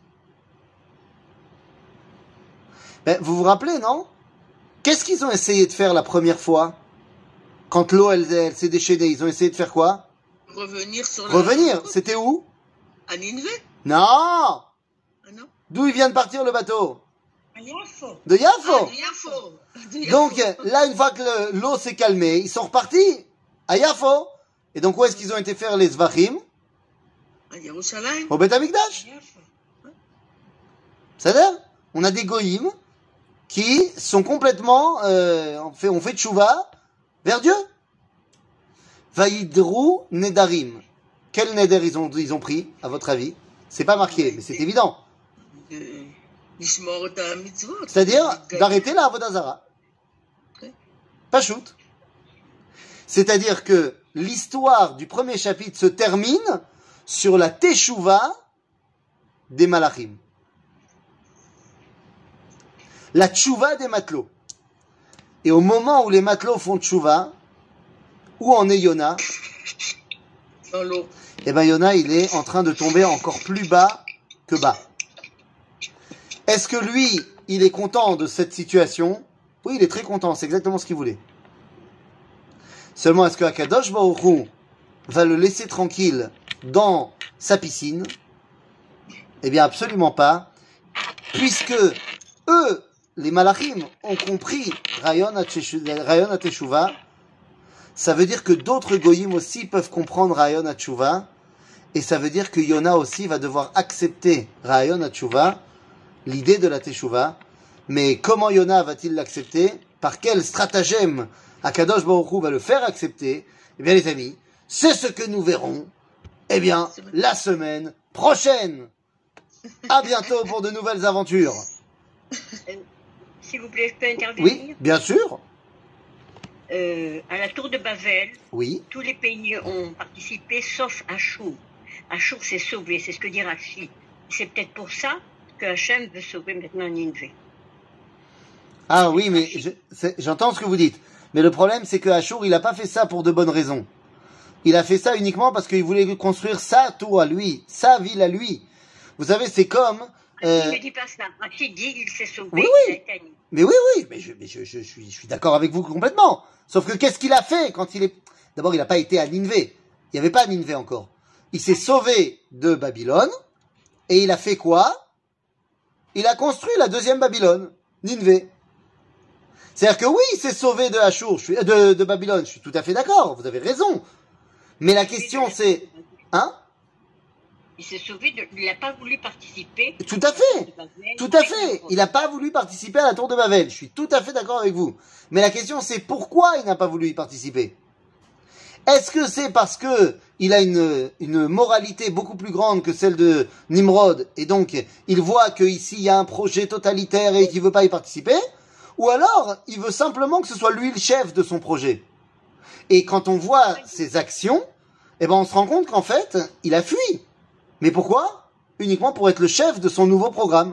Vous vous rappelez, non? Qu'est-ce qu'ils ont essayé de faire la première fois? Quand l'eau, elle s'est déchaînée, ils ont essayé de faire quoi? Revenir sur la... Revenir, c'était où? À Nineveh? Non! Ah non? D'où il vient de partir le bateau? À Yafo. De Yafo! Yafo. Donc là, une fois que l'eau s'est calmée, ils sont repartis à Yafo. Et donc où est-ce qu'ils ont été faire les Zvachim? À Yerushalayim. Au Beth Amikdash. Yafo. C'est-à-dire, on a des goïms qui sont complètement, on fait tchouva vers Dieu. Vaïdrou nedarim. Quel neder ils ont pris, à votre avis? C'est pas marqué, mais c'est évident. Nishmor ta mitzvot. C'est-à-dire d'arrêter la Avodah Zara. Pas shoot. C'est-à-dire que l'histoire du premier chapitre se termine sur la teshuva des malachim. La tchouva des matelots. Et au moment où les matelots font tchouva, où en est Yona? Dans l'eau. Eh ben Yona, il est en train de tomber encore plus bas que bas. Est-ce que lui, il est content de cette situation? Oui, il est très content, c'est exactement ce qu'il voulait. Seulement, est-ce que Akadosh Baruch Hu va le laisser tranquille dans sa piscine? Eh bien, absolument pas, puisque eux, les malachim, ont compris Rayon HaTeshuva. Ça veut dire que d'autres goyim aussi peuvent comprendre Rayon HaTeshuva, et ça veut dire que Yona aussi va devoir accepter Rayon HaTeshuva, l'idée de la Teshuva. Mais comment Yona va-t-il l'accepter? Par quel stratagème Akadosh Baruch Hu va le faire accepter? Eh bien les amis, c'est ce que nous verrons, eh bien, la semaine prochaine. À bientôt pour de nouvelles aventures. S'il vous plaît, je peux intervenir? Oui, bien sûr. À la tour de Babel, Oui. tous les pays ont participé sauf Achour. Achour s'est sauvé, c'est ce que dit Rashi. C'est peut-être pour ça que Hachem veut sauver maintenant Nineveh. Ah oui, mais j'entends ce que vous dites. Mais le problème, c'est que Achour, il n'a pas fait ça pour de bonnes raisons. Il a fait ça uniquement parce qu'il voulait construire sa tour à lui, sa ville à lui. Vous savez, c'est comme... Il ne dit pas ça. Rashi dit qu'il s'est sauvé, Oui, il a oui. été annulé. Mais oui, mais je suis d'accord avec vous complètement. Sauf que qu'est-ce qu'il a fait quand il est... D'abord, il n'a pas été à Nineveh. Il n'y avait pas Nineveh encore. Il s'est sauvé de Babylone. Et il a fait quoi? Il a construit la deuxième Babylone, Nineveh. C'est-à-dire que oui, il s'est sauvé de Achour, de Babylone. Je suis tout à fait d'accord. Vous avez raison. Mais la question c'est... Hein? Il s'est sauvé, il n'a pas voulu participer. Tout à fait. Tout à fait. Il n'a pas voulu participer à la tour de Babel. Je suis tout à fait d'accord avec vous. Mais la question c'est pourquoi il n'a pas voulu y participer? Est-ce que c'est parce que il a une moralité beaucoup plus grande que celle de Nimrod et donc il voit qu'ici il y a un projet totalitaire et qu'il veut pas y participer? Ou alors il veut simplement que ce soit lui le chef de son projet? Et quand on voit ses actions, eh ben on se rend compte qu'en fait il a fui. Mais pourquoi? Uniquement pour être le chef de son nouveau programme.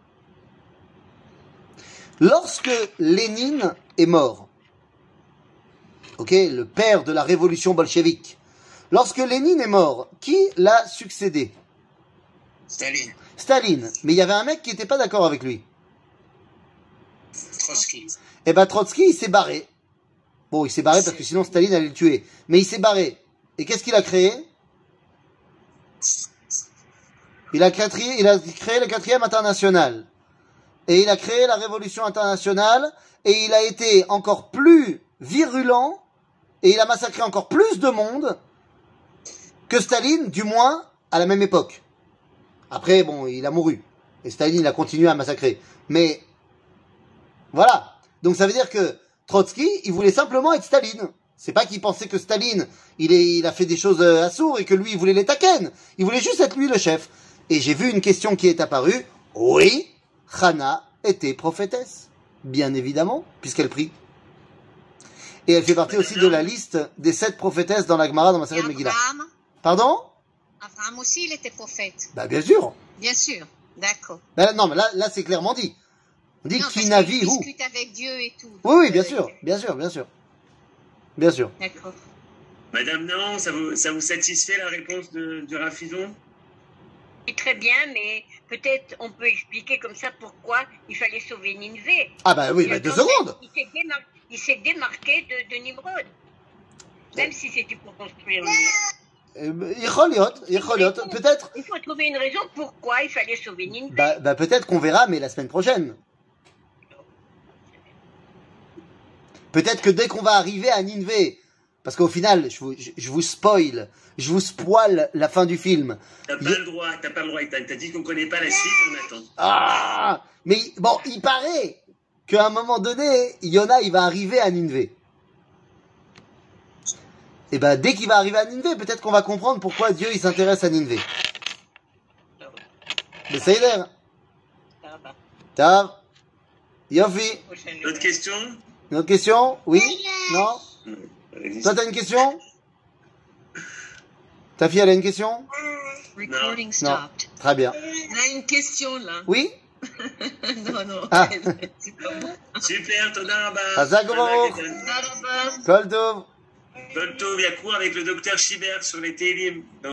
Lorsque Lénine est mort, ok, le père de la révolution bolchevique, lorsque Lénine est mort, qui l'a succédé? Staline. Staline. Mais il y avait un mec qui n'était pas d'accord avec lui. Trotsky. Eh ben Trotsky, il s'est barré. Bon, il s'est barré parce que sinon Staline allait le tuer. Mais il s'est barré. Et qu'est-ce qu'il a créé? Il a créé le 4e international. Et il a créé la révolution internationale. Et il a été encore plus virulent. Et il a massacré encore plus de monde que Staline, du moins à la même époque. Après, bon, il a mouru. Et Staline, il a continué à massacrer. Mais, voilà. Donc ça veut dire que Trotsky, il voulait simplement être Staline. C'est pas qu'il pensait que Staline, il a fait des choses à sourd et que lui, il voulait les taquen. Il voulait juste être lui le chef. Et j'ai vu une question qui est apparue. Oui, Hannah était prophétesse. Bien évidemment, puisqu'elle prie. Et elle fait partie aussi de la liste des 7 prophétesses dans la Gemara, dans ma série de Megillah. Abraham, Pardon? Abraham aussi, il était prophète. Bah, bien sûr. Bien sûr, d'accord. Bah, non, mais là, c'est clairement dit. On dit Non, qui parce navi qu'il où? discute avec Dieu et tout. Oui, bien sûr, bien sûr, bien sûr. Bien sûr. D'accord. Madame Naon, ça vous satisfait la réponse du Rafidon? C'est très bien, mais peut-être on peut expliquer comme ça pourquoi il fallait sauver Nineveh. Ah bah oui, bah 2 secondes. Il s'est démarqué de Nimrod. Même si c'était pour construire Yecholiot, peut-être. Il faut trouver une raison pourquoi il fallait sauver Nineveh. Bah peut-être qu'on verra, mais la semaine prochaine. Peut-être que dès qu'on va arriver à Nineveh, parce qu'au final, je vous spoil, je vous spoil la fin du film. T'as pas le droit, t'as dit qu'on connaît pas la suite, on attend. Ah! Mais bon, il paraît qu'à un moment donné, Yona, il va arriver à Nineveh. Et ben, dès qu'il va arriver à Nineveh, peut-être qu'on va comprendre pourquoi Dieu, il s'intéresse à Nineveh. Mais ça y est, Tav. Yofi. D'autres questions? Une autre question? Oui? Non? Toi, t'as une question? Ta fille, elle a une question? Recording Non. stopped. Très bien. On a une question là. Oui? Non. Ah. C'est pas moi. Super, Toda Rabba. Chazak Baruch. Kol Tov. Kol Tov, il y a cours avec le docteur Schibert sur les Télim.